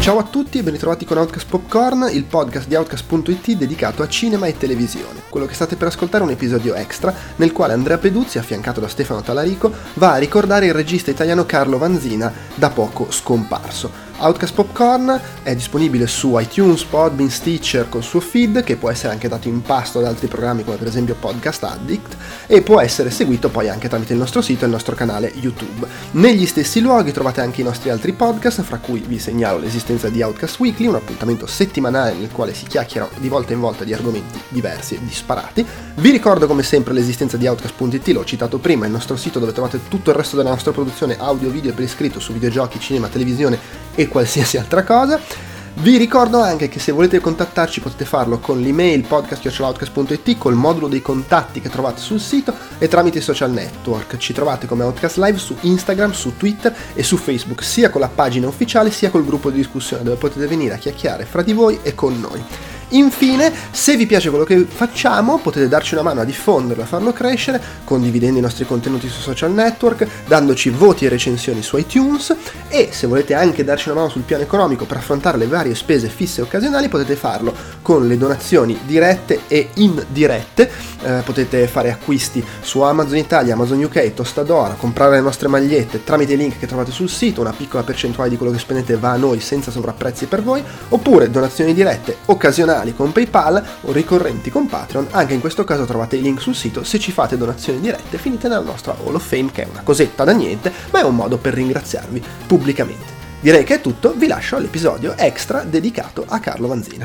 Ciao a tutti e ben ritrovati con Outcast Popcorn, il podcast di Outcast.it dedicato a cinema e televisione. Quello che state per ascoltare è un episodio extra nel quale Andrea Peduzzi, affiancato da Stefano Talarico, va a ricordare il regista italiano Carlo Vanzina, da poco scomparso. Outcast Popcorn è disponibile su iTunes, Podbean, Stitcher col suo feed, che può essere anche dato in pasto ad altri programmi come per esempio Podcast Addict, e può essere seguito poi anche tramite il nostro sito e il nostro canale YouTube. Negli stessi luoghi trovate anche i nostri altri podcast, fra cui vi segnalo l'esistenza di Outcast Weekly, un appuntamento settimanale nel quale si chiacchiera di volta in volta di argomenti diversi e disparati. Vi ricordo come sempre l'esistenza di Outcast.it, l'ho citato prima, il nostro sito dove trovate tutto il resto della nostra produzione audio, video e per iscritto su videogiochi, cinema, televisione e qualsiasi altra cosa. Vi ricordo anche che se volete contattarci potete farlo con l'email podcast@outcast.it, col modulo dei contatti che trovate sul sito e tramite i social network. Ci trovate come Outcast Live su Instagram, su Twitter e su Facebook, sia con la pagina ufficiale sia col gruppo di discussione dove potete venire a chiacchierare fra di voi e con noi. Infine, se vi piace quello che facciamo, potete darci una mano a diffonderlo, a farlo crescere, condividendo i nostri contenuti su social network, dandoci voti e recensioni su iTunes, e se volete anche darci una mano sul piano economico per affrontare le varie spese fisse e occasionali, potete farlo con le donazioni dirette e indirette. Potete fare acquisti su Amazon Italia, Amazon UK, Tostadora, comprare le nostre magliette tramite i link che trovate sul sito, una piccola percentuale di quello che spendete va a noi senza sovrapprezzi per voi, oppure donazioni dirette occasionali con PayPal o ricorrenti con Patreon. Anche in questo caso trovate i link sul sito. Se ci fate donazioni dirette finite nella nostra Hall of Fame, che è una cosetta da niente, ma è un modo per ringraziarvi pubblicamente. Direi che è tutto, vi lascio all'episodio extra dedicato a Carlo Vanzina.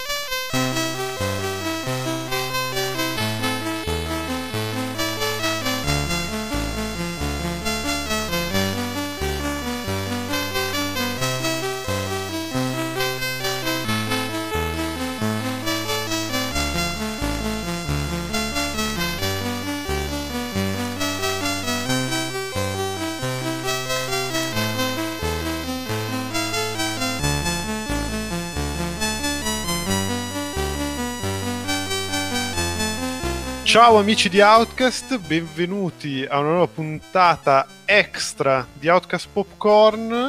Ciao amici di Outcast, benvenuti a una nuova puntata extra di Outcast Popcorn.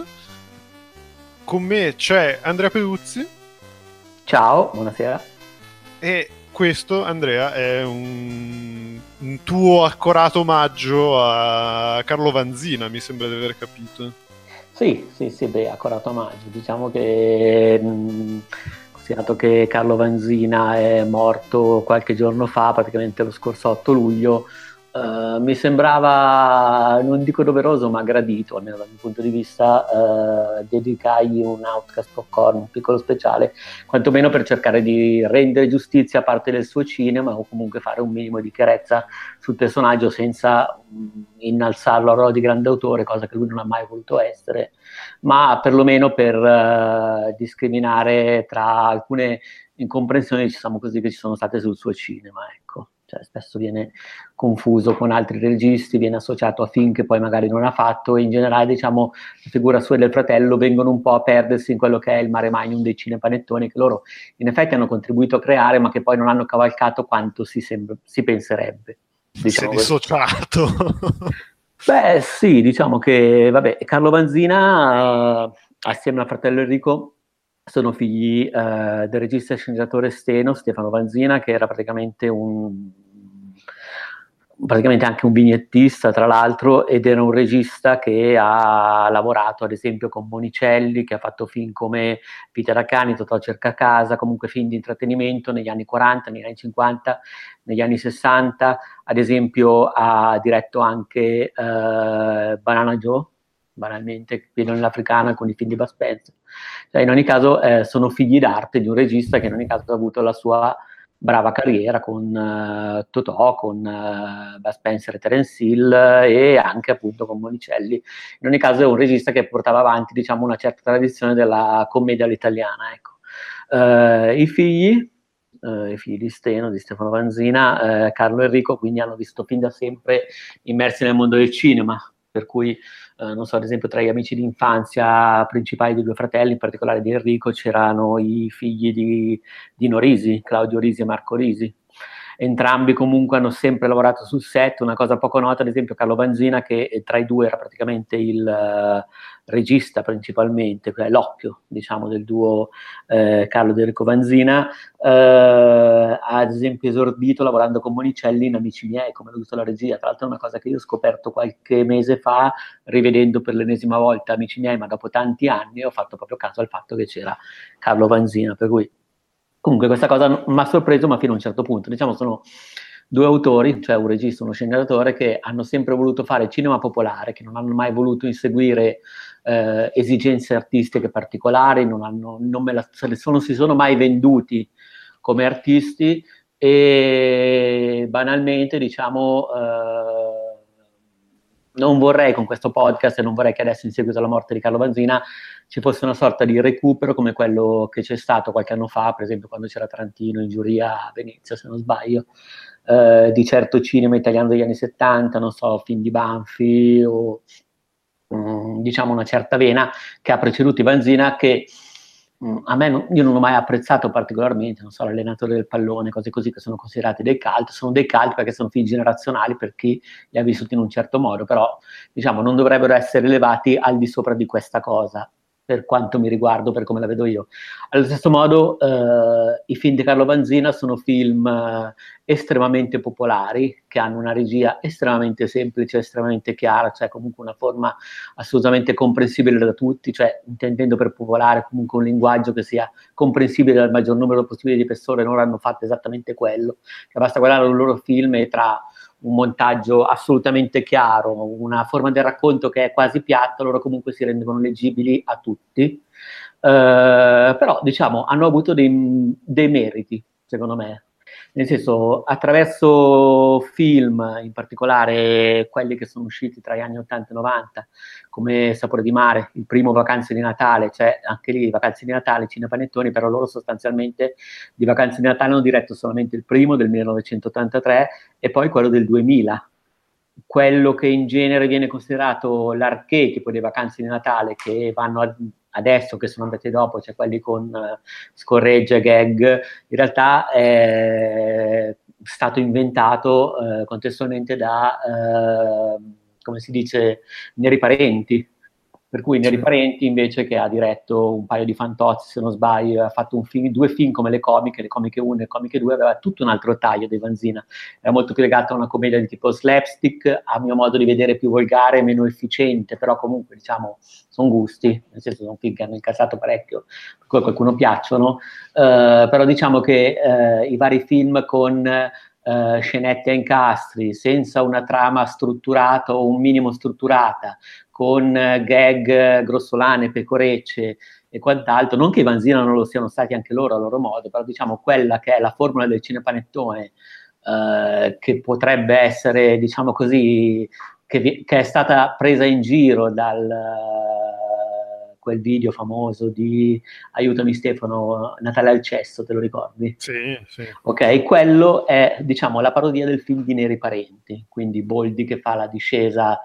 Con me c'è Andrea Peduzzi. Ciao, buonasera. E questo, Andrea, è un tuo accorato omaggio a Carlo Vanzina, mi sembra di aver capito. Sì, accorato omaggio. Diciamo che considerato che Carlo Vanzina è morto qualche giorno fa, praticamente lo scorso 8 luglio, mi sembrava, non dico doveroso, ma gradito, almeno dal mio punto di vista, dedicargli un Outcast Popcorn, un piccolo speciale, quantomeno per cercare di rendere giustizia a parte del suo cinema, o comunque fare un minimo di chiarezza sul personaggio senza innalzarlo a ruolo di grande autore, cosa che lui non ha mai voluto essere, ma perlomeno per discriminare tra alcune incomprensioni, diciamo così, che ci sono state sul suo cinema, ecco. Cioè, spesso viene confuso con altri registi, viene associato a film che poi magari non ha fatto, e in generale, diciamo, la figura sua e del fratello vengono un po' a perdersi in quello che è il mare magnum dei cinepanettoni, che loro in effetti hanno contribuito a creare, ma che poi non hanno cavalcato quanto si penserebbe. Diciamo, si è dissociato. Beh, sì, diciamo che, vabbè, Carlo Vanzina, assieme al fratello Enrico, sono figli del regista e sceneggiatore Stefano Vanzina, che era praticamente anche un vignettista, tra l'altro, ed era un regista che ha lavorato ad esempio con Monicelli, che ha fatto film come Peter Acani, Totò cerca casa, comunque film di intrattenimento negli anni 40, negli anni 50, negli anni 60. Ad esempio ha diretto anche Banana Joe, banalmente, Pieno nell'Africana, con i film di Bud Spencer. Cioè, in ogni caso sono figli d'arte di un regista che in ogni caso ha avuto la sua brava carriera con Totò, con Bud Spencer e Terence Hill, e anche appunto con Monicelli. In ogni caso è un regista che portava avanti, diciamo, una certa tradizione della commedia all'italiana, ecco. I figli di Stefano Vanzina, Carlo e Enrico, quindi hanno visto fin da sempre immersi nel mondo del cinema, per cui non so, ad esempio tra gli amici di infanzia principali dei due fratelli, in particolare di Enrico, c'erano i figli di Dino Risi, Claudio Risi e Marco Risi, entrambi comunque hanno sempre lavorato sul set. Una cosa poco nota, ad esempio, Carlo Vanzina, che tra i due era praticamente il regista principalmente, cioè l'occhio, diciamo, del duo Carlo ed Enrico Vanzina, ha ad esempio esordito lavorando con Monicelli in Amici miei, come ho visto la regia. Tra l'altro è una cosa che io ho scoperto qualche mese fa, rivedendo per l'ennesima volta Amici miei, ma dopo tanti anni, ho fatto proprio caso al fatto che c'era Carlo Vanzina, per cui comunque questa cosa mi ha sorpreso, ma fino a un certo punto. Diciamo, sono due autori, cioè un regista e uno sceneggiatore, che hanno sempre voluto fare cinema popolare, che non hanno mai voluto inseguire esigenze artistiche particolari, si sono mai venduti come artisti, e banalmente, diciamo, non vorrei con questo podcast, e non vorrei che adesso, in seguito alla morte di Carlo Vanzina, ci fosse una sorta di recupero come quello che c'è stato qualche anno fa, per esempio quando c'era Tarantino in giuria a Venezia, se non sbaglio, di certo cinema italiano degli anni 70, non so, film di Banfi o diciamo una certa vena che ha preceduto Vanzina, che a me io non ho mai apprezzato particolarmente, non so, l'allenatore del pallone, cose così, che sono considerate dei cult. Sono dei cult perché sono film generazionali per chi li ha vissuti in un certo modo, però diciamo non dovrebbero essere elevati al di sopra di questa cosa, per quanto mi riguardo, per come la vedo io. Allo stesso modo, i film di Carlo Vanzina sono film estremamente popolari, che hanno una regia estremamente semplice, estremamente chiara, cioè comunque una forma assolutamente comprensibile da tutti, cioè intendendo per popolare comunque un linguaggio che sia comprensibile dal maggior numero possibile di persone. Loro hanno fatto esattamente quello, che basta guardare un loro film e tra un montaggio assolutamente chiaro, una forma del racconto che è quasi piatta, loro comunque si rendono leggibili a tutti. Però diciamo hanno avuto dei meriti, secondo me, nel senso, attraverso film, in particolare quelli che sono usciti tra gli anni 80 e 90, come Sapore di mare, il primo Vacanze di Natale, cioè anche lì Vacanze di Natale, Cinepanettoni, però loro sostanzialmente di Vacanze di Natale hanno diretto solamente il primo del 1983 e poi quello del 2000. Quello che in genere viene considerato l'archetipo dei Vacanze di Natale, che vanno adesso, che sono andati dopo, cioè quelli con scorregge, gag, in realtà è stato inventato contestualmente da, come si dice, Neri Parenti. Per cui Neri Parenti, invece, che ha diretto un paio di fantozzi, se non sbaglio, ha fatto due film come le Comiche 1 e le Comiche 2, aveva tutto un altro taglio di Vanzina. Era molto più legato a una commedia di tipo slapstick, a mio modo di vedere più volgare e meno efficiente, però comunque, diciamo, sono gusti, nel senso sono film che hanno incassato parecchio, per cui a qualcuno piacciono, però diciamo che i vari film con scenette a incastri, senza una trama strutturata o un minimo strutturata, con gag grossolane, pecorecce e quant'altro, non che i Vanzina non lo siano stati anche loro a loro modo, però diciamo quella che è la formula del cinepanettone, che potrebbe essere, diciamo così, che è stata presa in giro dal quel video famoso di Aiutami Stefano, Natale al cesso, te lo ricordi? Sì, sì. Ok, quello è, diciamo, la parodia del film di Neri Parenti, quindi Boldi che fa la discesa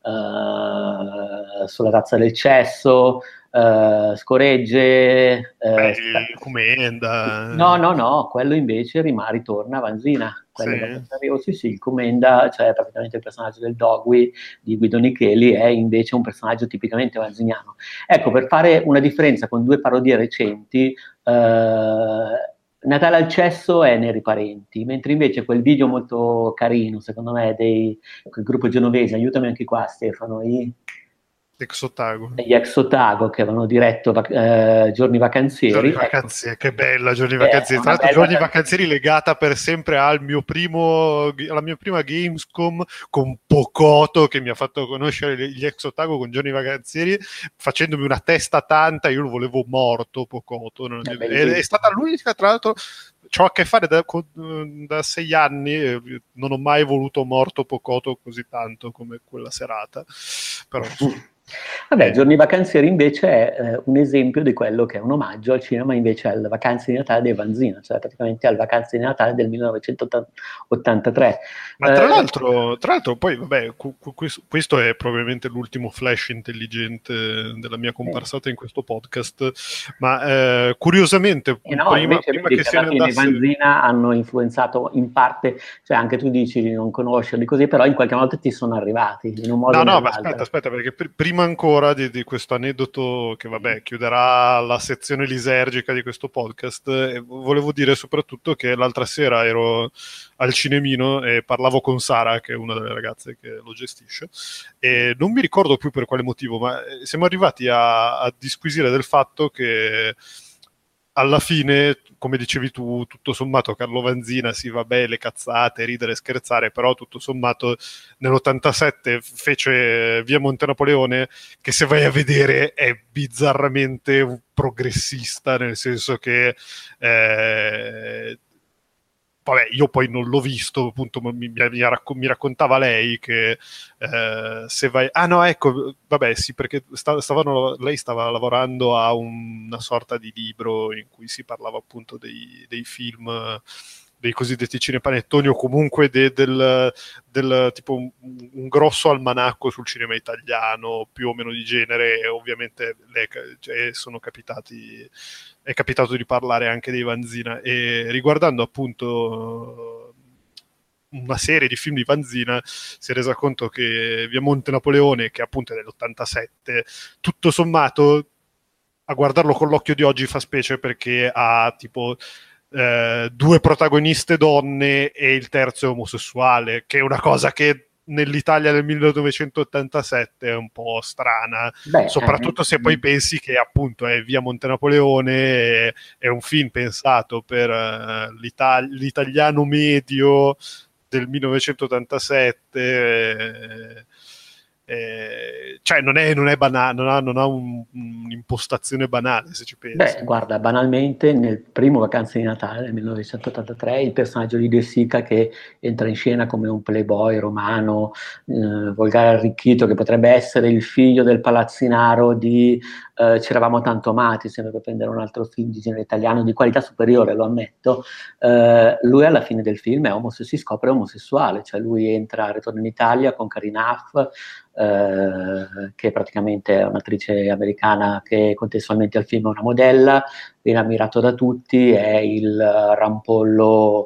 sulla tazza del cesso, scorregge. Comenda. No, quello invece ritorna a Vanzina. Quello sì, il Comenda, cioè praticamente il personaggio del Dogui di Guido Nicheli, è invece un personaggio tipicamente vanziniano. Ecco, per fare una differenza con due parodie recenti, Natale al cesso è Neri Parenti, mentre invece quel video molto carino, secondo me, del gruppo genovese, aiutami anche qua Stefano, Ex-Otago. gli ex-Otago che avevano diretto Giorni Vacanzieri. Giorni Vacanzieri, che bella Giorni Vacanzieri. Tra l'altro Giorni Vacanzieri legata per sempre alla mia prima Gamescom con Pocotto, che mi ha fatto conoscere gli ex-Otago con Giorni Vacanzieri, facendomi una testa tanta. Io lo volevo morto Pocotto. È stata l'unica, tra l'altro, c'ho a che fare da 6 anni, non ho mai voluto morto Pocotto così tanto come quella serata, però Vabbè, Giorni vacanzieri invece è un esempio di quello che è un omaggio al cinema invece alle vacanze di Natale dei Vanzina, cioè praticamente alle vacanze di Natale del 1983. Ma tra l'altro poi, vabbè, questo è probabilmente l'ultimo flash intelligente della mia comparsata in questo podcast, ma curiosamente, No, invece prima vedi che che se ne alla fine i andasse... Vanzina hanno influenzato in parte, cioè anche tu dici di non conoscerli così, però in qualche modo ti sono arrivati in un modo o No, ma nell'altro. aspetta, perché prima ancora di questo aneddoto che, vabbè, chiuderà la sezione lisergica di questo podcast, volevo dire soprattutto che l'altra sera ero al cinemino e parlavo con Sara, che è una delle ragazze che lo gestisce, e non mi ricordo più per quale motivo, ma siamo arrivati a disquisire del fatto che alla fine, come dicevi tu, tutto sommato Carlo Vanzina, sì, vabbè, le cazzate, ridere, scherzare, però tutto sommato nell'87 fece Via Monte Napoleone, che se vai a vedere è bizzarramente un progressista, nel senso che vabbè, io poi non l'ho visto, appunto, mi raccontava lei che se vai... Ah no, ecco, vabbè, sì, perché lei stava lavorando a una sorta di libro in cui si parlava appunto dei film, dei cosiddetti cinepanettoni, o comunque del tipo un grosso almanacco sul cinema italiano, più o meno di genere, e ovviamente è capitato di parlare anche dei Vanzina, e riguardando appunto una serie di film di Vanzina si è resa conto che Via Monte Napoleone, che appunto è dell'87, tutto sommato a guardarlo con l'occhio di oggi fa specie, perché ha tipo due protagoniste donne e il terzo è omosessuale, che è una cosa che nell'Italia del 1987 è un po' strana, Beh, soprattutto se poi pensi che appunto è Via Monte Napoleone, è un film pensato per l'italiano medio del 1987, cioè non è banale, non ha un'impostazione banale, se ci pensi. beh, guarda, banalmente nel primo Vacanze di Natale del 1983 il personaggio di De Sica che entra in scena come un playboy romano, volgare arricchito, che potrebbe essere il figlio del palazzinaro di C'eravamo tanto amati, sempre per prendere un altro film di genere italiano di qualità superiore, lo ammetto. Lui alla fine del film si scopre omosessuale, cioè lui ritorna in Italia con Karina Huff, che praticamente è un'attrice americana che contestualmente al film è una modella, viene ammirato da tutti, è il rampollo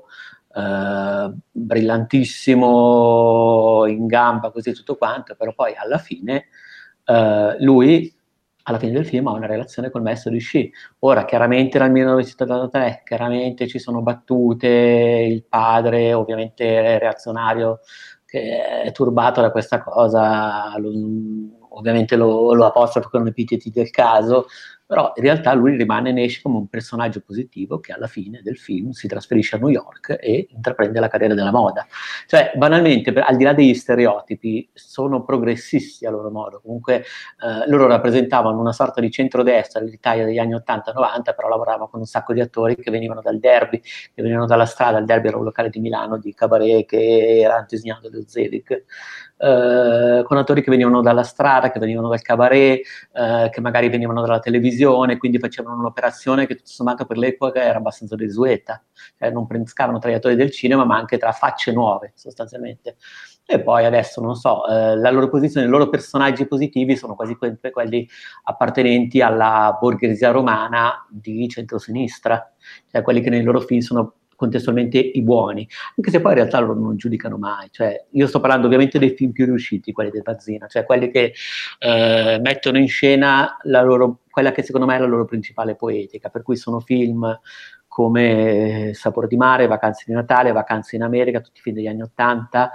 brillantissimo, in gamba, così tutto quanto, però poi alla fine lui alla fine del film ha una relazione col maestro di sci. Ora, chiaramente era il 1983, chiaramente ci sono battute, il padre ovviamente reazionario che è turbato da questa cosa, ovviamente lo apostrofa con epiteti del caso, però in realtà lui ne esce come un personaggio positivo che alla fine del film si trasferisce a New York e intraprende la carriera della moda. Cioè, banalmente, al di là degli stereotipi, sono progressisti a loro modo. Comunque loro rappresentavano una sorta di centrodestra dell'Italia degli anni 80-90, però lavoravano con un sacco di attori che venivano dal derby, che venivano dalla strada. Il derby era un locale di Milano di cabaret che era antesignano dello Zelig, con attori che venivano dalla strada, che venivano dal cabaret, che magari venivano dalla televisione, quindi facevano un'operazione che tutto sommato per l'epoca era abbastanza desueta, cioè non pescavano tra gli attori del cinema ma anche tra facce nuove sostanzialmente. E poi adesso non so, la loro posizione, i loro personaggi positivi sono quasi quelli appartenenti alla borghesia romana di centrosinistra, cioè quelli che nei loro film sono contestualmente i buoni, anche se poi in realtà loro non giudicano mai. Cioè, io sto parlando ovviamente dei film più riusciti, quelli del Vanzina, cioè quelli che mettono in scena quella che secondo me è la loro principale poetica, per cui sono film come Sapore di mare, Vacanze di Natale, Vacanze in America, tutti i film degli anni '80,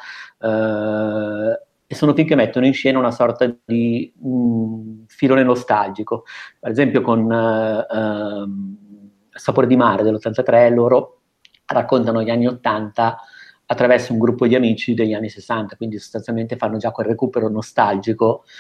e sono film che mettono in scena una sorta di filone nostalgico. Per esempio con Sapore di mare dell'83 loro raccontano gli anni '80 attraverso un gruppo di amici degli anni '60, quindi sostanzialmente fanno già quel recupero nostalgico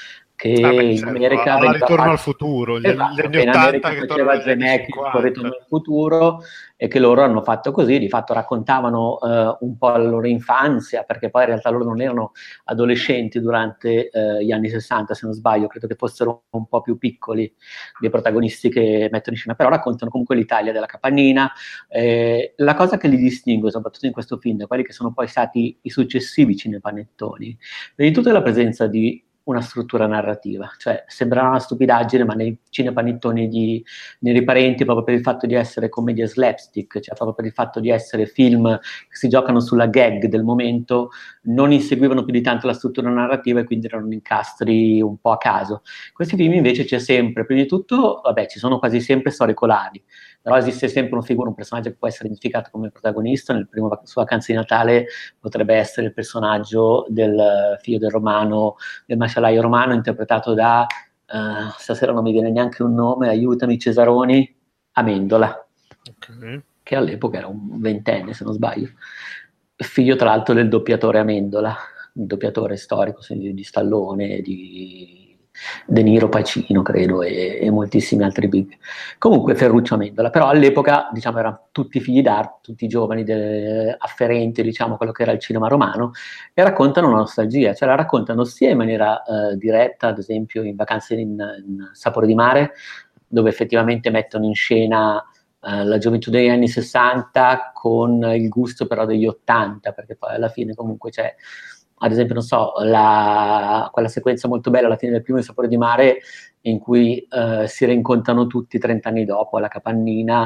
che in certo, America alla veniva Ritorno fatto. al futuro, gli Esatto, anni che in 80 America che tornano faceva negli anni Zemeckis con Ritorno 50. al futuro, e che loro hanno fatto così, di fatto raccontavano un po' la loro infanzia, perché poi in realtà loro non erano adolescenti durante gli anni 60, se non sbaglio, credo che fossero un po' più piccoli dei protagonisti che mettono in scena, però raccontano comunque l'Italia della capannina. La cosa che li distingue, soprattutto in questo film, da quelli che sono poi stati i successivi cinepanettoni, prima di tutto è la presenza di una struttura narrativa, cioè sembrerà una stupidaggine, ma nei cinepanettoni di Neri Parenti, proprio per il fatto di essere commedie slapstick, cioè proprio per il fatto di essere film che si giocano sulla gag del momento, non inseguivano più di tanto la struttura narrativa e quindi erano incastri un po' a caso. In questi film invece c'è sempre, prima di tutto, vabbè, ci sono quasi sempre storie colari, però esiste sempre un personaggio che può essere identificato come protagonista. Nel primo su Vacanze di Natale potrebbe essere il personaggio del figlio del romano, del macellaio romano, interpretato da, stasera non mi viene neanche un nome, aiutami Cesaroni, Amendola, Okay. che all'epoca era un ventenne, se non sbaglio, figlio tra l'altro del doppiatore Amendola, un doppiatore storico di Stallone, di De Niro, Pacino, credo, e moltissimi altri big. Comunque Ferruccio Amendola, però all'epoca, diciamo, erano tutti figli d'arte, tutti giovani, afferenti, diciamo, a quello che era il cinema romano, e raccontano una nostalgia, cioè la raccontano sia in maniera diretta, ad esempio in Vacanze in Sapore di Mare, dove effettivamente mettono in scena la gioventù degli anni 60 con il gusto però degli 80, perché poi alla fine comunque c'è, ad esempio, non so, quella sequenza molto bella alla fine del primo Sapore di Mare in cui si rincontrano tutti 30 anni dopo alla capannina,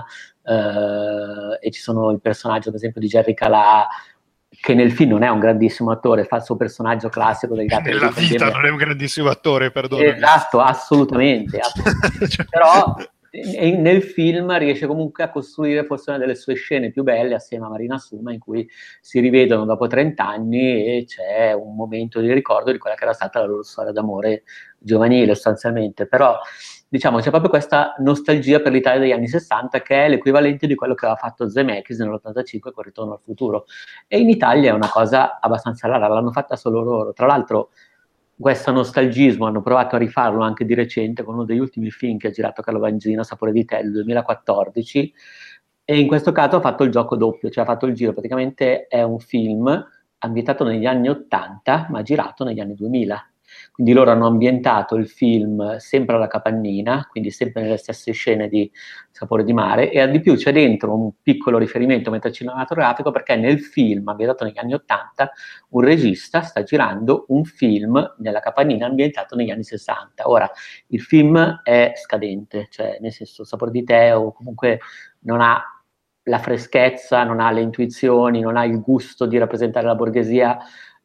e ci sono il personaggio ad esempio di Jerry Calà, che nel film non è un grandissimo attore, fa il suo personaggio classico del gatto Nella che vita non è un grandissimo attore, perdonami. esatto, assolutamente, Cioè però nel film riesce comunque a costruire forse una delle sue scene più belle assieme a Marina Suma, in cui si rivedono dopo 30 anni e c'è un momento di ricordo di quella che era stata la loro storia d'amore giovanile sostanzialmente. Però diciamo c'è proprio questa nostalgia per l'Italia degli anni 60, che è l'equivalente di quello che aveva fatto Zemeckis nell'85 con Ritorno al futuro, e in Italia è una cosa abbastanza rara, l'hanno fatta solo loro. Tra l'altro questo nostalgismo hanno provato a rifarlo anche di recente con uno degli ultimi film che ha girato Carlo Vanzina, Sapore di te, del 2014, e in questo caso ha fatto il gioco doppio, cioè ha fatto il giro. Praticamente è un film ambientato negli anni 80 ma girato negli anni 2000. Quindi loro hanno ambientato il film sempre alla capannina, quindi sempre nelle stesse scene di Sapore di Mare, e al di più c'è dentro un piccolo riferimento metacinematografico, perché nel film ambientato negli anni 80 un regista sta girando un film nella capannina ambientato negli anni 60. Ora, il film è scadente, cioè nel senso Sapore di te o comunque non ha la freschezza, non ha le intuizioni, non ha il gusto di rappresentare la borghesia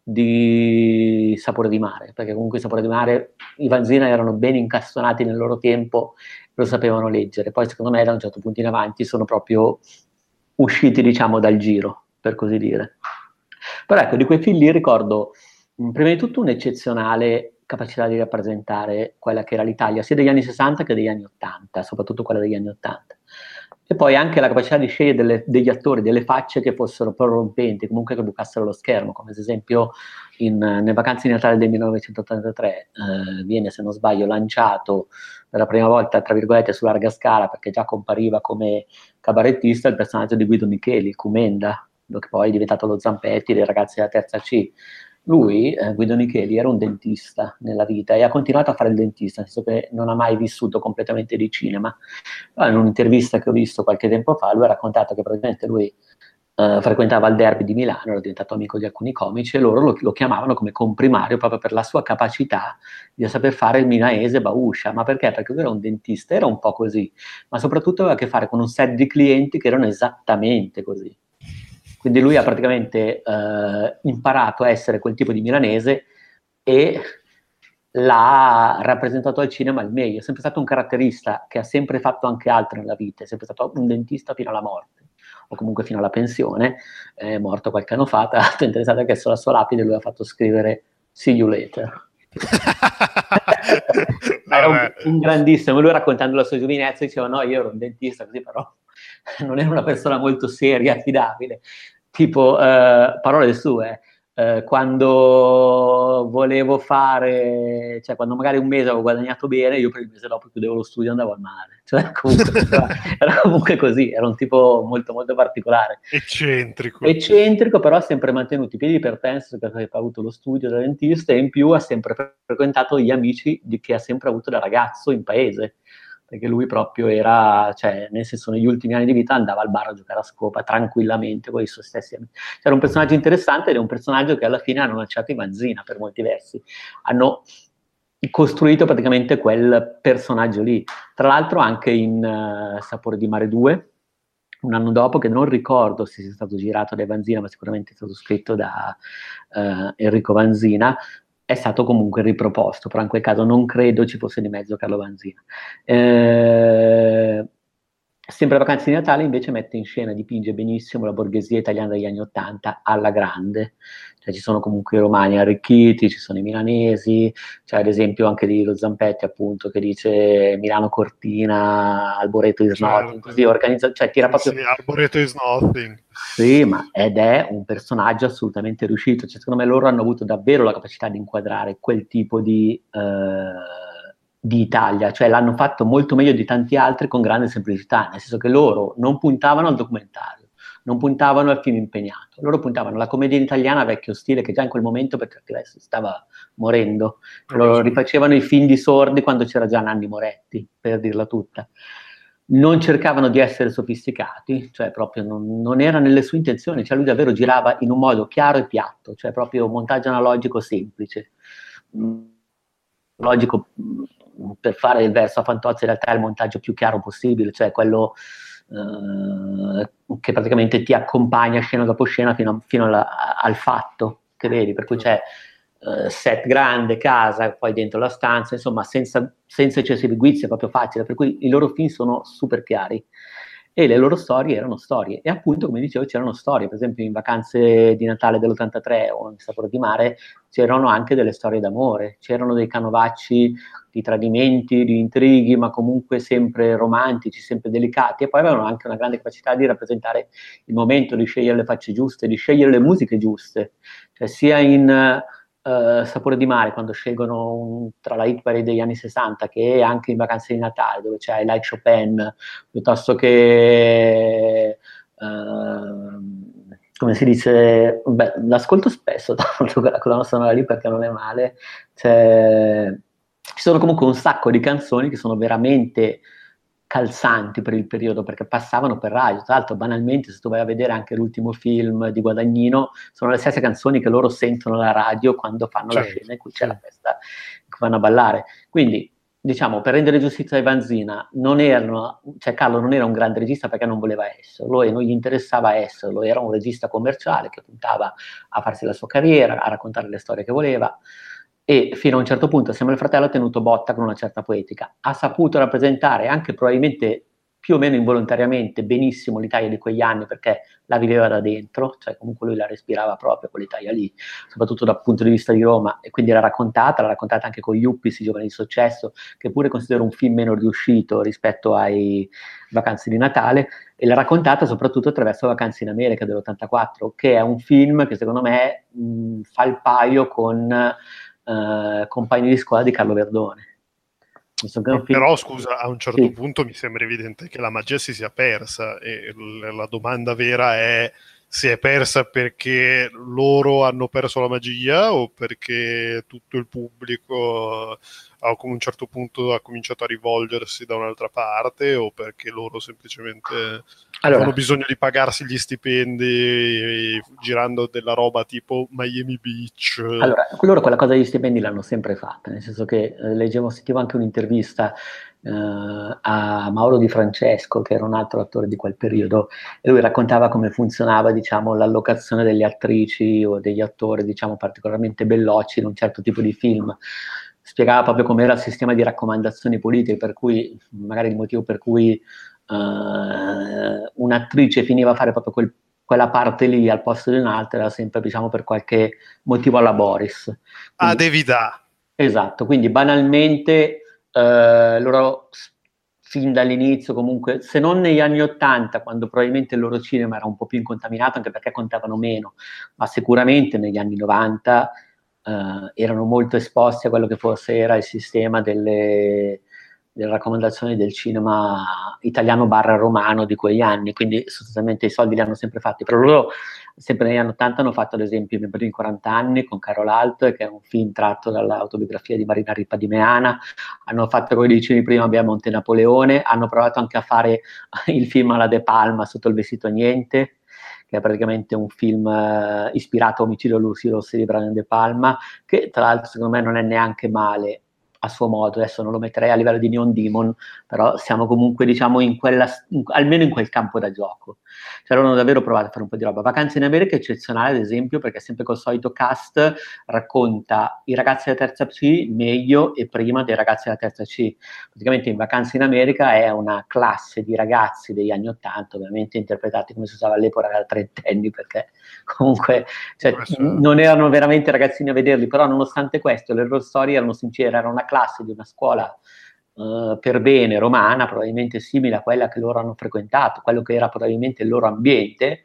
di Sapore di Mare, perché comunque Sapore di Mare, i Vanzina erano ben incastonati nel loro tempo, lo sapevano leggere. Poi secondo me da un certo punto in avanti sono proprio usciti, diciamo, dal giro, per così dire. Però ecco, di quei film lì ricordo prima di tutto un'eccezionale capacità di rappresentare quella che era l'Italia, sia degli anni 60 che degli anni 80, soprattutto quella degli anni 80. E poi anche la capacità di scegliere degli attori, delle facce che fossero prorompenti, comunque che bucassero lo schermo, come ad esempio nelle Vacanze di Natale del 1983 viene, se non sbaglio, lanciato per la prima volta, tra virgolette, su larga scala, perché già compariva come cabarettista il personaggio di Guido Micheli, Comenda, che poi è diventato lo Zampetti dei Ragazzi della Terza C. Lui, Guido Micheli, era un dentista nella vita e ha continuato a fare il dentista, nel senso che non ha mai vissuto completamente di cinema. Però in un'intervista che ho visto qualche tempo fa, lui ha raccontato che praticamente lui frequentava il Derby di Milano, era diventato amico di alcuni comici, e loro lo chiamavano come comprimario proprio per la sua capacità di saper fare il milanese bauscia. Ma perché? Perché lui era un dentista, era un po' così, ma soprattutto aveva a che fare con un set di clienti che erano esattamente così. Quindi lui ha praticamente imparato a essere quel tipo di milanese e l'ha rappresentato al cinema al meglio. È sempre stato un caratterista che ha sempre fatto anche altro nella vita, è sempre stato un dentista fino alla morte, o comunque fino alla pensione. È morto qualche anno fa, tra l'altro è interessante che sulla sua lapide lui ha fatto scrivere "See you later". Era un grandissimo, lui raccontando la sua giovinezza diceva no, io ero un dentista così, però non era una persona molto seria, affidabile, tipo parole sue, quando volevo fare, cioè quando magari un mese avevo guadagnato bene, io per il mese dopo chiudevo lo studio e andavo al mare. Cioè, comunque, era comunque così, era un tipo molto molto particolare. Eccentrico, però ha sempre mantenuto i piedi per terra perché aveva avuto lo studio da dentista e in più ha sempre frequentato gli amici che ha sempre avuto da ragazzo in paese. Perché lui proprio era, cioè, nel senso, negli ultimi anni di vita andava al bar a giocare a scopa tranquillamente con i suoi stessi amici. Era un personaggio interessante ed è un personaggio che alla fine hanno lanciato in Vanzina per molti versi. Hanno costruito praticamente quel personaggio lì. Tra l'altro anche in Sapore di Mare 2, un anno dopo, che non ricordo se sia stato girato da Vanzina, ma sicuramente è stato scritto da Enrico Vanzina, è stato comunque riproposto, però in quel caso non credo ci fosse di mezzo Carlo Vanzina. Sempre Vacanze di Natale invece mette in scena, dipinge benissimo la borghesia italiana degli anni '80 alla grande, cioè ci sono comunque i romani arricchiti, ci sono i milanesi, c'è ad esempio anche lì lo Zampetti appunto che dice Milano Cortina, Alboreto is nothing, così organizza, cioè tira proprio... Sì, Alboreto is nothing. Sì, ma ed è un personaggio assolutamente riuscito, cioè secondo me loro hanno avuto davvero la capacità di inquadrare quel tipo di Italia, cioè l'hanno fatto molto meglio di tanti altri con grande semplicità, nel senso che loro non puntavano al documentario, non puntavano al film impegnato, loro puntavano alla commedia italiana vecchio stile che già in quel momento per certi versi stava morendo, loro rifacevano i film di sordi quando c'era già Nanni Moretti, per dirla tutta. Non cercavano di essere sofisticati, cioè proprio non era nelle sue intenzioni, cioè lui davvero girava in un modo chiaro e piatto, cioè proprio montaggio analogico semplice. Logico, per fare il verso a Fantozzi in realtà è il montaggio più chiaro possibile, cioè quello che praticamente ti accompagna scena dopo scena fino al fatto che vedi, per cui c'è set grande, casa, poi dentro la stanza, insomma senza eccessivi guizzi, è proprio facile, per cui i loro film sono super chiari e le loro storie erano storie e appunto come dicevo c'erano storie, per esempio in Vacanze di Natale dell'83 o in Sapore di Mare c'erano anche delle storie d'amore, c'erano dei canovacci di tradimenti, di intrighi, ma comunque sempre romantici, sempre delicati, e poi avevano anche una grande capacità di rappresentare il momento, di scegliere le facce giuste, di scegliere le musiche giuste, cioè sia in Sapore di Mare, quando scelgono tra la hit parade degli anni 60, che anche in Vacanze di Natale, dove c'è Like Chopin, piuttosto che come si dice, beh, l'ascolto spesso quella colonna sonora lì perché non è male, ci sono comunque un sacco di canzoni che sono veramente calzanti per il periodo perché passavano per radio. Tra l'altro banalmente se tu vai a vedere anche l'ultimo film di Guadagnino sono le stesse canzoni che loro sentono alla radio quando fanno la scena in cui c'è la festa che vanno a ballare, quindi diciamo per rendere giustizia ai Vanzina cioè Carlo non era un grande regista perché non voleva esserlo e non gli interessava esserlo, era un regista commerciale che puntava a farsi la sua carriera, a raccontare le storie che voleva e fino a un certo punto assieme al fratello ha tenuto botta con una certa poetica, ha saputo rappresentare anche probabilmente più o meno involontariamente benissimo l'Italia di quegli anni perché la viveva da dentro, cioè comunque lui la respirava proprio quell'Italia lì, soprattutto dal punto di vista di Roma e quindi l'ha raccontata anche con gli Yuppies, i giovani di successo, che pure considero un film meno riuscito rispetto ai Vacanze di Natale e l'ha raccontata soprattutto attraverso Vacanze in America dell'84, che è un film che secondo me fa il paio con Compagni di scuola di Carlo Verdone. Però scusa, a un certo punto mi sembra evidente che la magia si sia persa e la domanda vera è: si è persa perché loro hanno perso la magia o perché tutto il pubblico a un certo punto ha cominciato a rivolgersi da un'altra parte o perché loro semplicemente avevano bisogno di pagarsi gli stipendi girando della roba tipo Miami Beach? Allora, loro quella cosa degli stipendi l'hanno sempre fatta, nel senso che sentivo anche un'intervista a Mauro Di Francesco, che era un altro attore di quel periodo, e lui raccontava come funzionava, diciamo, l'allocazione delle attrici o degli attori, diciamo, particolarmente bellocci in un certo tipo di film. Spiegava proprio com'era il sistema di raccomandazioni politiche, per cui, magari il motivo per cui un'attrice finiva a fare proprio quella parte lì al posto di un'altra era sempre, diciamo, per qualche motivo alla Boris. Quindi, devi da. Esatto, quindi banalmente loro fin dall'inizio, comunque, se non negli anni '80, quando probabilmente il loro cinema era un po' più incontaminato, anche perché contavano meno, ma sicuramente negli anni '90 erano molto esposti a quello che forse era il sistema delle raccomandazioni del cinema italiano barra romano di quegli anni, quindi sostanzialmente i soldi li hanno sempre fatti, però loro sempre negli anni '80 hanno fatto ad esempio I miei primi 40 anni con Carol Alt, che è un film tratto dall'autobiografia di Marina Rippa di Meana. Hanno fatto, come dicevi prima, abbiamo Monte Napoleone, hanno provato anche a fare il film alla De Palma, Sotto il vestito niente, che è praticamente un film ispirato a Omicidio all'Ursi Rossi di Brian De Palma, che tra l'altro secondo me non è neanche male a suo modo. Adesso non lo metterei a livello di Neon Demon, però siamo comunque, diciamo, almeno in quel campo da gioco. Cioè loro hanno davvero provato a fare un po' di roba. Vacanze in America è eccezionale, ad esempio, perché sempre col solito cast racconta i ragazzi della terza C meglio e prima dei ragazzi della terza C. Praticamente in Vacanze in America è una classe di ragazzi degli anni '80, ovviamente interpretati come si usava all'epoca da trentenni, perché comunque cioè, non erano veramente ragazzini a vederli, però nonostante questo le loro storie erano sincere, era una classe di una scuola per bene romana, probabilmente simile a quella che loro hanno frequentato, quello che era probabilmente il loro ambiente,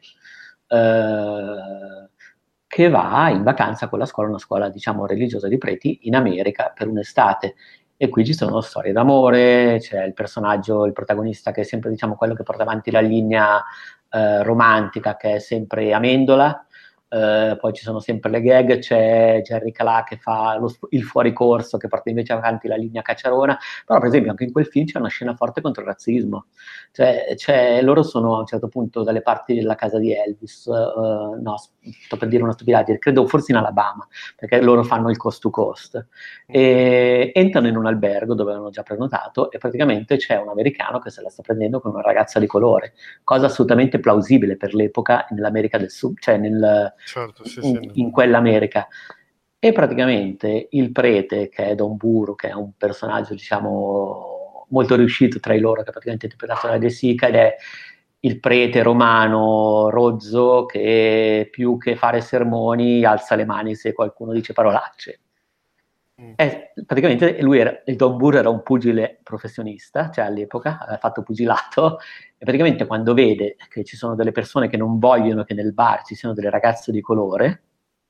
che va in vacanza con la scuola, una scuola diciamo religiosa di preti in America per un'estate. E qui ci sono storie d'amore, c'è il personaggio, il protagonista che è sempre diciamo quello che porta avanti la linea romantica, che è sempre Amendola. Poi ci sono sempre le gag, c'è Jerry Calà che fa il fuoricorso, che porta invece avanti la linea cacciarona, però per esempio anche in quel film c'è una scena forte contro il razzismo, loro sono a un certo punto dalle parti della casa di Elvis, no, sto per dire una stupidaggine, credo forse in Alabama, perché loro fanno il coast to coast, e entrano in un albergo dove avevano già prenotato e praticamente c'è un americano che se la sta prendendo con una ragazza di colore, cosa assolutamente plausibile per l'epoca nell'America del Sud, cioè certo, in quell'America. E praticamente il prete, che è Don Buru, che è un personaggio diciamo molto riuscito tra i loro, che è praticamente interpretato da De Sica, ed è il prete romano rozzo che più che fare sermoni alza le mani se qualcuno dice parolacce. Praticamente il Don Buru era un pugile professionista, cioè all'epoca aveva fatto pugilato, e praticamente quando vede che ci sono delle persone che non vogliono che nel bar ci siano delle ragazze di colore,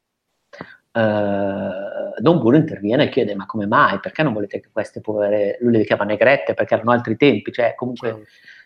Don Buru interviene e chiede: ma come mai? Perché non volete che queste povere, lui le chiama negrette perché erano altri tempi, cioè comunque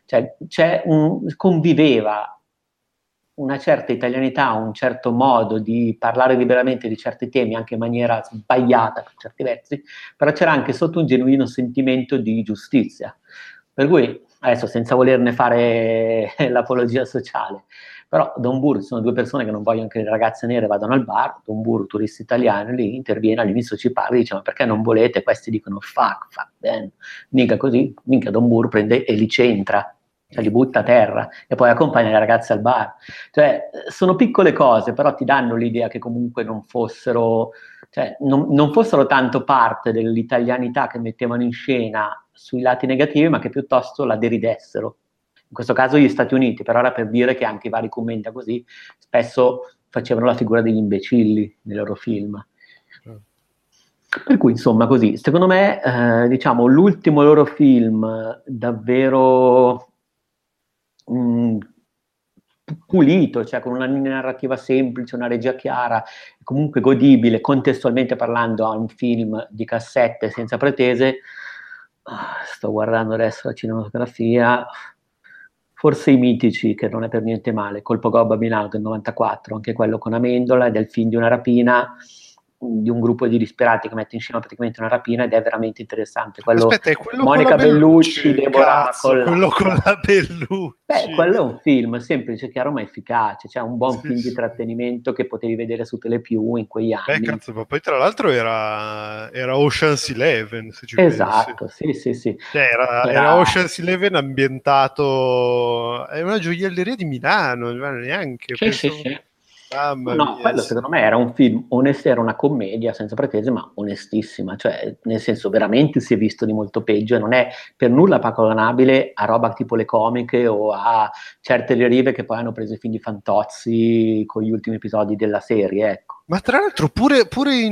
conviveva una certa italianità, un certo modo di parlare liberamente di certi temi anche in maniera sbagliata per certi versi, però c'era anche sotto un genuino sentimento di giustizia. Per cui, adesso senza volerne fare l'apologia sociale, però Don Buru, ci sono due persone che non vogliono che le ragazze nere vadano al bar, Don Buru, turista italiano, lì interviene, all'inizio ci parla e dice: ma perché non volete? Questi dicono fuck, bene. Mica così, minchia Don Buru prende e li centra, cioè li butta a terra e poi accompagna le ragazze al bar. Cioè, sono piccole cose, però ti danno l'idea che comunque non fossero, cioè, non fossero tanto parte dell'italianità che mettevano in scena sui lati negativi, ma che piuttosto la deridessero. In questo caso gli Stati Uniti, però era per dire che anche i vari commenti così spesso facevano la figura degli imbecilli nei loro film. Per cui insomma così, secondo me diciamo l'ultimo loro film davvero pulito, cioè con una linea narrativa semplice, una regia chiara, comunque godibile, contestualmente parlando, a un film di cassette senza pretese. Sto guardando adesso la cinematografia, forse I Mitici, che non è per niente male, Colpo Gobbo a Milano del 94, anche quello con Amendola, ed è il film di una rapina, di un gruppo di disperati che mette in scena praticamente una rapina, ed è veramente interessante. Aspetta, è quello Monica con la Bellucci, Deborah Collazzo. Quello con la Bellucci. Beh, quello è un film semplice, chiaro, ma efficace, cioè un buon film di trattenimento che potevi vedere su Telepiù in quegli anni. Beh, cazzo, ma poi tra l'altro era Ocean's Eleven, se ci esatto, pensi. sì. Cioè, era Ocean's Eleven ambientato, è una gioielleria di Milano, neanche. Sì. Mamma No, mia, quello secondo me era un film onesto, era una commedia senza pretese, ma onestissima, cioè nel senso veramente si è visto di molto peggio e non è per nulla paragonabile a roba tipo le comiche o a certe derive che poi hanno preso i film di Fantozzi con gli ultimi episodi della serie, ecco. Ma tra l'altro pure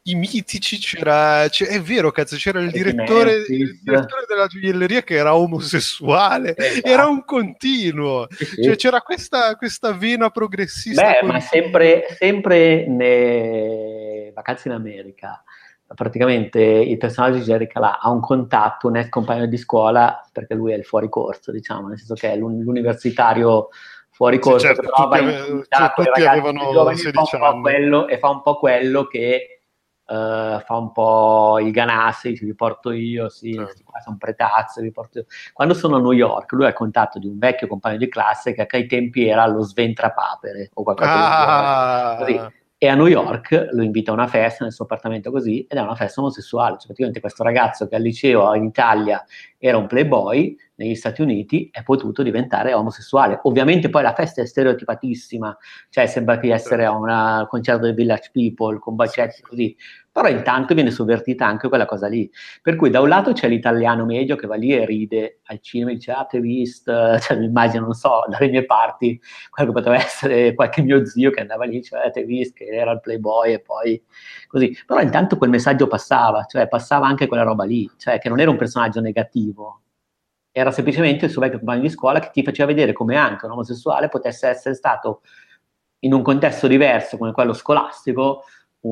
i mitici è vero, cazzo, c'era il Ricky direttore Mantis. della gioielleria che era omosessuale, Esatto. era un continuo, Sì, sì. cioè c'era questa vena progressista Beh, ma continua. sempre nei Vacanze in America, praticamente il personaggio di Jerry Calà ha un contatto, un ex compagno di scuola, perché lui è il fuoricorso, diciamo, nel senso che è l'universitario fuori Sì, corso che certo, però va in gita con i tutti ragazzi più avevano giovani 16 anni. e fa un po' quello che fa un po' il Ganassi, dice, vi porto io, sì, questi Certo. qua sono pretazze, vi porto io. Quando sono a New York, lui ha il contatto di un vecchio compagno di classe che ai tempi era lo sventrapapere o qualcosa del genere, così. Ah, E a New York lo invita a una festa nel suo appartamento così, ed è una festa omosessuale, cioè praticamente questo ragazzo che al liceo in Italia era un playboy, negli Stati Uniti è potuto diventare omosessuale. Ovviamente poi la festa è stereotipatissima, cioè sembra di essere a un concerto del Village People con sì, bacetti sì. così, però intanto viene sovvertita anche quella cosa lì. Per cui da un lato c'è l'italiano medio che va lì e ride al cinema e dice, ah, te visto, cioè mi immagino, non so, dalle mie parti, quello che poteva essere qualche mio zio che andava lì, cioè te visto, che era il playboy e poi così. Però intanto quel messaggio passava, cioè passava anche quella roba lì, cioè che non era un personaggio negativo, era semplicemente il suo vecchio compagno di scuola che ti faceva vedere come anche un omosessuale potesse essere stato in un contesto diverso come quello scolastico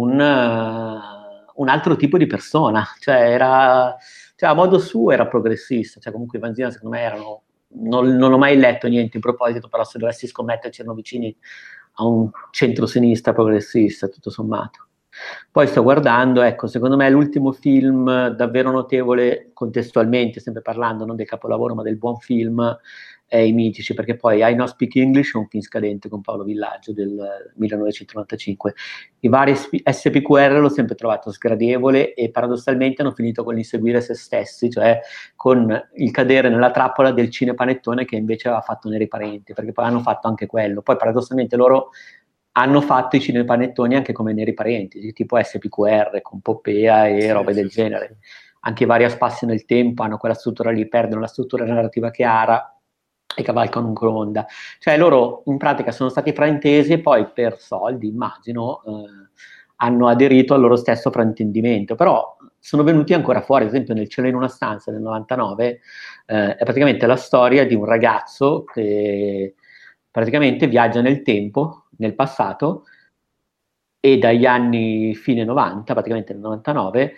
un altro tipo di persona, cioè a modo suo era progressista, cioè comunque i Vanzina secondo me erano, non ho mai letto niente in proposito, però se dovessi scommetterci erano vicini a un centro-sinistra progressista, tutto sommato. Poi sto guardando, ecco, secondo me l'ultimo film davvero notevole, contestualmente, sempre parlando non del capolavoro ma del buon film, è I Mitici, perché poi I Not Speak English è un film scadente con Paolo Villaggio del 1995. I vari SPQR l'ho sempre trovato sgradevole e paradossalmente hanno finito con l'inseguire se stessi, cioè con il cadere nella trappola del cinepanettone che invece aveva fatto Neri Parenti, perché poi hanno fatto anche quello. Poi paradossalmente loro hanno fatto i cinepanettoni anche come Neri Parenti, tipo SPQR con Poppea e Sì, robe sì, del sì, sì. genere. Anche i vari a spassi nel tempo hanno quella struttura lì, perdono la struttura narrativa chiara e cavalcano un coronda. Cioè loro in pratica sono stati fraintesi e poi per soldi, immagino, hanno aderito al loro stesso fraintendimento, però sono venuti ancora fuori, ad esempio nel Cielo in una stanza del 99, è praticamente la storia di un ragazzo che praticamente viaggia nel tempo, nel passato, e dagli anni fine 90, praticamente nel 99,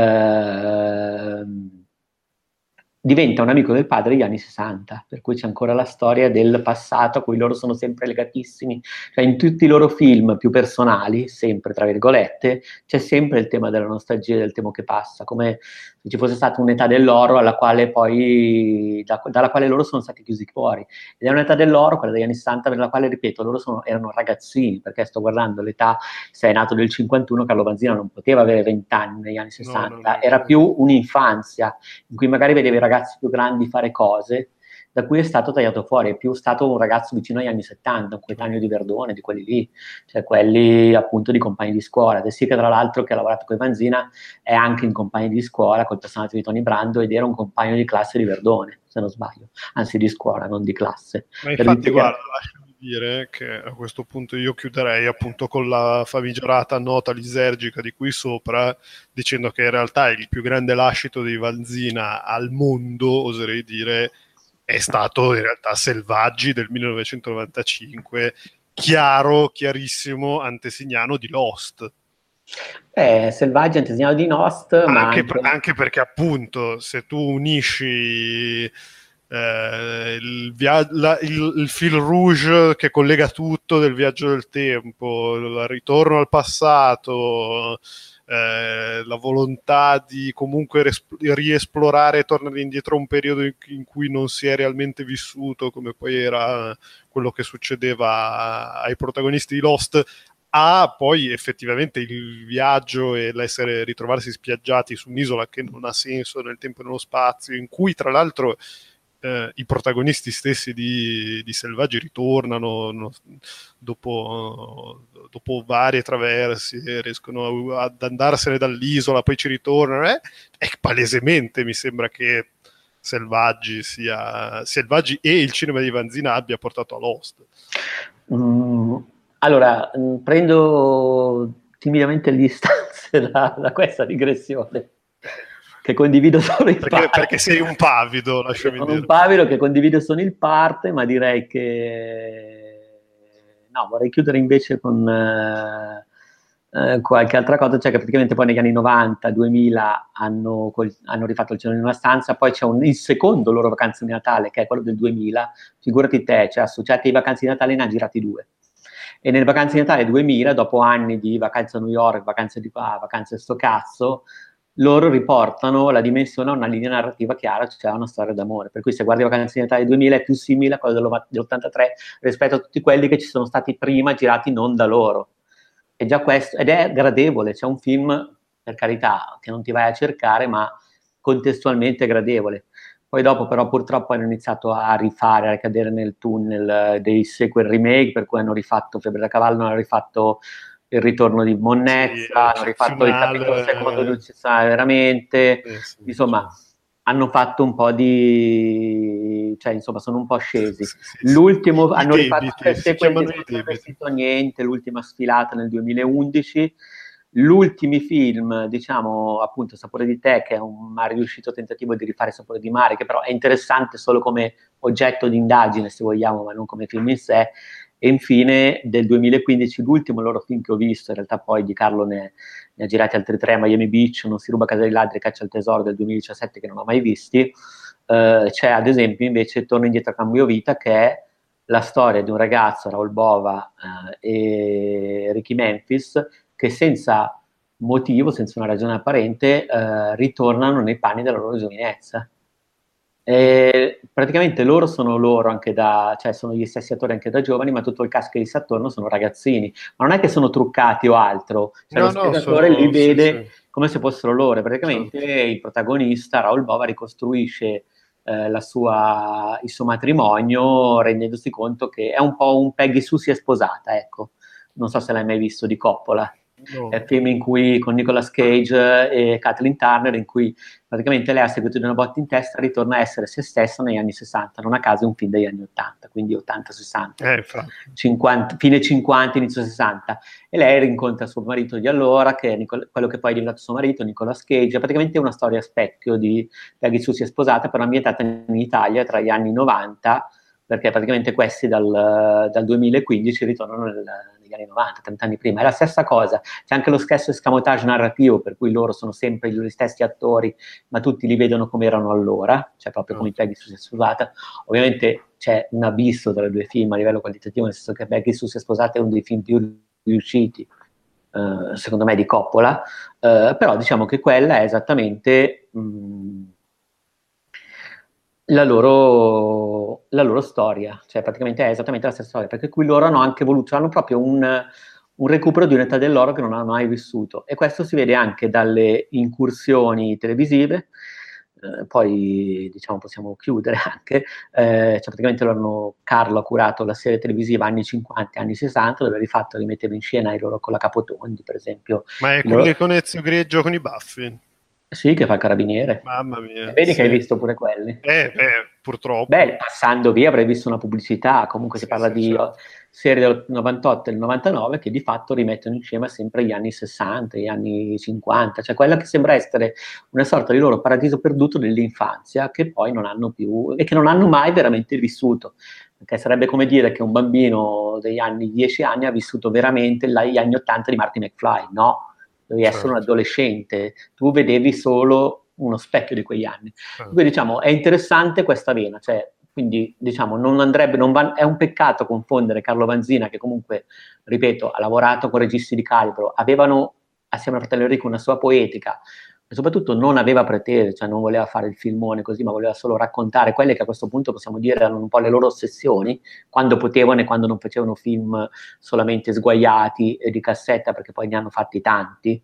diventa un amico del padre degli anni 60, per cui c'è ancora la storia del passato a cui loro sono sempre legatissimi. Cioè in tutti i loro film più personali, sempre tra virgolette, c'è sempre il tema della nostalgia e del tempo che passa, come se ci fosse stata un'età dell'oro alla quale poi, dalla quale loro sono stati chiusi fuori. Ed è un'età dell'oro, quella degli anni 60, per la quale, ripeto, erano ragazzini, perché sto guardando l'età, se è nato del 51, Carlo Vanzina non poteva avere 20 anni negli anni No, no, 60, no, era infatti. più un'infanzia in cui magari vedevi i ragazzi più grandi fare cose da cui è stato tagliato fuori, è più stato un ragazzo vicino agli anni 70, un coetaneo di Verdone, di quelli lì, cioè quelli appunto di compagni di scuola. De Sica, tra l'altro, che ha lavorato con Vanzina, è anche in compagni di scuola col personaggio di Tony Brando ed era un compagno di classe di Verdone, se non sbaglio, anzi di scuola, non di classe. Ma Per infatti, dire che guarda, lasciami dire che a questo punto io chiuderei appunto con la famigerata nota lisergica di qui sopra, dicendo che in realtà il più grande lascito di Vanzina al mondo, oserei dire, è stato in realtà Selvaggi del 1995, chiaro, chiarissimo antesignano di Lost. Selvaggi, antesignano di Nost, ma anche... Anche perché appunto se tu unisci il fil rouge che collega tutto del viaggio del tempo, il ritorno al passato, la volontà di comunque riesplorare e tornare indietro a un periodo in cui non si è realmente vissuto, come poi era quello che succedeva ai protagonisti di Lost, ha poi effettivamente il viaggio e l'essere ritrovarsi spiaggiati su un'isola che non ha senso nel tempo e nello spazio, in cui tra l'altro i protagonisti stessi di Selvaggi ritornano dopo varie traverse, riescono ad andarsene dall'isola, poi ci ritornano, e palesemente mi sembra che Selvaggi e il cinema di Vanzina abbia portato a Lost. Allora, prendo timidamente le distanze da questa digressione, che condivido solo in parte. Perché sei un pavido, lasciami dire. Sono un pavido che condivido solo in parte, ma direi che no, vorrei chiudere invece con qualche altra cosa, cioè che praticamente poi negli anni 90, 2000 hanno rifatto il giorno in una stanza, poi c'è il secondo loro Vacanze di Natale, che è quello del 2000, figurati te, cioè associati ai Vacanze di Natale ne ha girati 2. E nelle Vacanze di Natale 2000, dopo anni di vacanze a New York, vacanze di qua, vacanze sto cazzo, loro riportano la dimensione a una linea narrativa chiara, cioè una storia d'amore. Per cui se guardi Vacanze di Natale 2000 è più simile a quello dell'83 rispetto a tutti quelli che ci sono stati prima girati non da loro. E già questo, ed è gradevole, c'è un film, per carità, che non ti vai a cercare, ma contestualmente gradevole. Poi dopo però purtroppo hanno iniziato a rifare, a ricadere nel tunnel dei sequel remake, per cui hanno rifatto Febbre da Cavallo, hanno rifatto Il ritorno di Monnezza, hanno rifatto il capitolo secondo di Uccisa veramente, insomma, hanno fatto un po' di... cioè insomma sono un po' scesi. L'ultimo, hanno rifatto il sequel di Non è vestito niente, l'ultima sfilata nel 2011, l'ultimi film, diciamo appunto Sapore di te, che è un mal riuscito tentativo di rifare Sapore di mare, che però è interessante solo come oggetto di indagine se vogliamo, ma non come film in sé. E infine del 2015 l'ultimo loro film che ho visto, in realtà poi Di Carlo ne ha girati altri 3, Miami Beach, Non si ruba casa dei ladri, Caccia al tesoro del 2017 che non ho mai visti. C'è ad esempio invece Torno indietro a cambio vita, che è la storia di un ragazzo, Raoul Bova e Ricky Memphis, che senza motivo, senza una ragione apparente, ritornano nei panni della loro giovinezza. E praticamente loro sono loro anche cioè sono gli stessi attori anche da giovani, ma tutto il cast che gli sta attorno sono ragazzini. Ma non è che sono truccati o altro, cioè lo spettatore li vede come se fossero loro. Praticamente il protagonista, Raoul Bova, ricostruisce il suo matrimonio rendendosi conto che è un po' un Peggy Sue si è sposata, ecco. Non so se l'hai mai visto di Coppola. No. È un film in cui con Nicolas Cage e Kathleen Turner, in cui praticamente lei a seguito di una botta in testa ritorna a essere se stessa negli anni 60, non a caso è un film degli anni 80, quindi 80-60, 50, fine 50, inizio 60, e lei rincontra suo marito di allora, che è quello che poi è diventato suo marito, Nicolas Cage. Praticamente è una storia a specchio di Peggy Sue si è sposata, però ambientata in Italia tra gli anni 90, perché praticamente questi dal 2015 ritornano negli anni 90, 30 anni prima. È la stessa cosa, c'è anche lo stesso escamotage narrativo, per cui loro sono sempre gli stessi attori, ma tutti li vedono come erano allora, cioè proprio come Peggy Sue si è sposata. Ovviamente c'è un abisso tra i due film a livello qualitativo, nel senso che Peggy Sue si è sposata è uno dei film più riusciti, secondo me, di Coppola, però diciamo che quella è esattamente... la loro storia, cioè praticamente è esattamente la stessa storia, perché qui loro hanno anche voluto, hanno proprio un recupero di un'età dell'oro che non hanno mai vissuto, e questo si vede anche dalle incursioni televisive. Poi diciamo possiamo chiudere anche, cioè praticamente Carlo ha curato la serie televisiva anni 50 anni 60, dove rimetteva in scena i loro con la Capotondi, per esempio. Ma è quelli con Ezio Greggio con i baffi? Sì, che fa il carabiniere. Mamma mia. Vedi che hai visto pure quelli. Purtroppo. Beh, passando via avrei visto una pubblicità, comunque si parla di serie del 98 e del 99 che di fatto rimettono insieme sempre gli anni 60, gli anni 50, cioè quella che sembra essere una sorta di loro paradiso perduto dell'infanzia che poi non hanno più e che non hanno mai veramente vissuto. Perché sarebbe come dire che un bambino degli anni 10 anni ha vissuto veramente gli anni 80 di Marty McFly, no? Devi essere un adolescente, tu vedevi solo uno specchio di quegli anni. Quindi diciamo è interessante questa vena, cioè, quindi diciamo è un peccato confondere Carlo Vanzina, che comunque, ripeto, ha lavorato con registi di calibro, avevano assieme a Fratello Enrico una sua poetica, e soprattutto non aveva pretese, cioè non voleva fare il filmone così, ma voleva solo raccontare quelle che a questo punto possiamo dire erano un po' le loro ossessioni, quando potevano e quando non facevano film solamente sguaiati e di cassetta, perché poi ne hanno fatti tanti.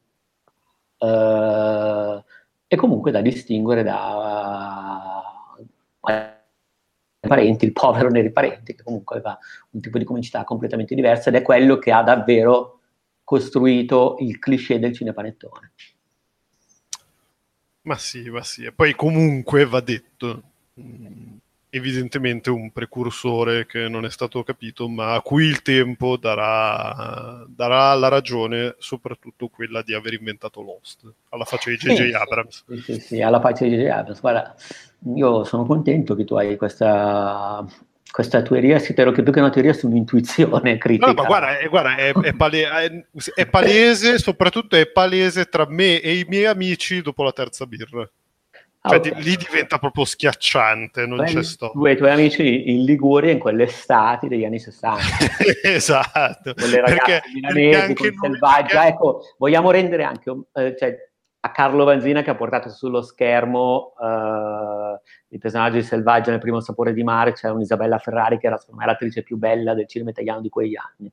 E comunque da distinguere da parenti, il povero nei parenti, che comunque aveva un tipo di comicità completamente diversa, ed è quello che ha davvero costruito il cliché del cinepanettone. Ma sì, e poi comunque va detto, evidentemente un precursore che non è stato capito, ma a cui il tempo darà la ragione, soprattutto quella di aver inventato Lost, alla faccia di J.J. Abrams. Sì, alla faccia di J.J. Abrams. Guarda, io sono contento che tu hai questa teoria, spero che più che una teoria sia un'intuizione critica. No, ma guarda, è palese, soprattutto è palese tra me e i miei amici dopo la terza birra. Cioè, Okay. lì diventa proprio schiacciante, non c'è sto. Tu e i tuoi amici in Liguria in quelle estati degli anni 60. Esatto. Con le ragazze milanesi, con Selvaggia. Ecco, vogliamo rendere anche a Carlo Vanzina, che ha portato sullo schermo il personaggio di Selvaggia nel Primo sapore di mare, c'è un'Isabella Ferrari che era secondo me l'attrice più bella del cinema italiano di quegli anni.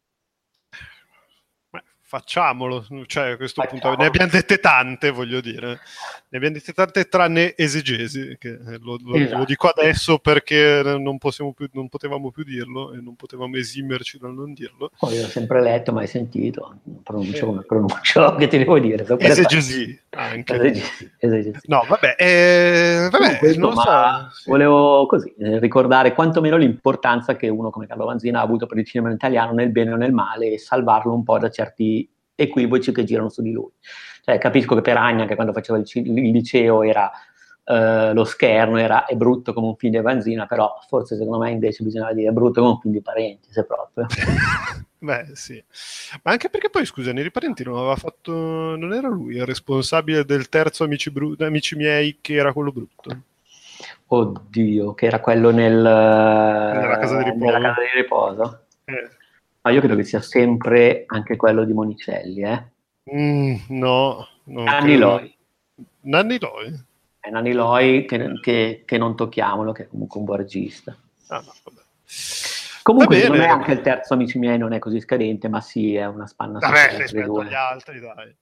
Facciamolo, cioè a questo punto ne abbiamo dette tante, voglio dire, ne abbiamo dette tante tranne esegesi, che lo dico adesso perché non potevamo più dirlo e non potevamo esimerci dal non dirlo. Poi l'ho sempre letto, mai sentito, pronuncio, che ti devo dire? Esegesi anche. Esegesi. No, vabbè, non lo so. Sì. Volevo così ricordare quantomeno l'importanza che uno come Carlo Vanzina ha avuto per il cinema italiano nel bene o nel male e salvarlo un po' da certi equivoci che girano su di lui. Cioè, capisco che per Agna, che quando faceva il liceo era lo scherno, è brutto come un film di Vanzina, però forse secondo me invece bisogna dire è brutto come un film di Parenti, se proprio. Beh, sì. Ma anche perché poi, scusa, Neri Parenti non era lui il responsabile del terzo Amici miei, che era quello brutto? Oddio, che era quello nella casa di riposo. Nella casa di riposo. Ma io credo che sia sempre anche quello di Monicelli, no. Nanni Loi. Nanni Loi? È Nanni Loi che non tocchiamolo, che è comunque un buon regista. Ah, no, vabbè. Comunque secondo me anche il terzo Amici miei non è così scadente, ma sì, è una spanna rispetto agli altri, dai.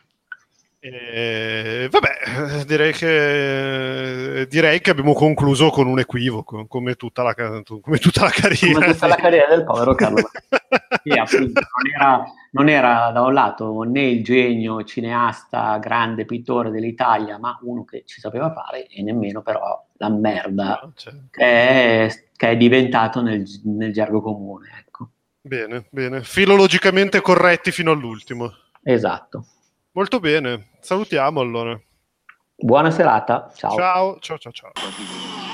Vabbè, direi che abbiamo concluso con un equivoco, come tutta la carriera. Come tutta la carriera del povero Carlo. Che appunto non era da un lato né il genio cineasta, grande pittore dell'Italia, ma uno che ci sapeva fare, e nemmeno però la merda che è diventato nel gergo comune. Ecco. Bene, filologicamente corretti fino all'ultimo. Esatto. Molto bene, salutiamo allora. Buona serata, ciao. Ciao.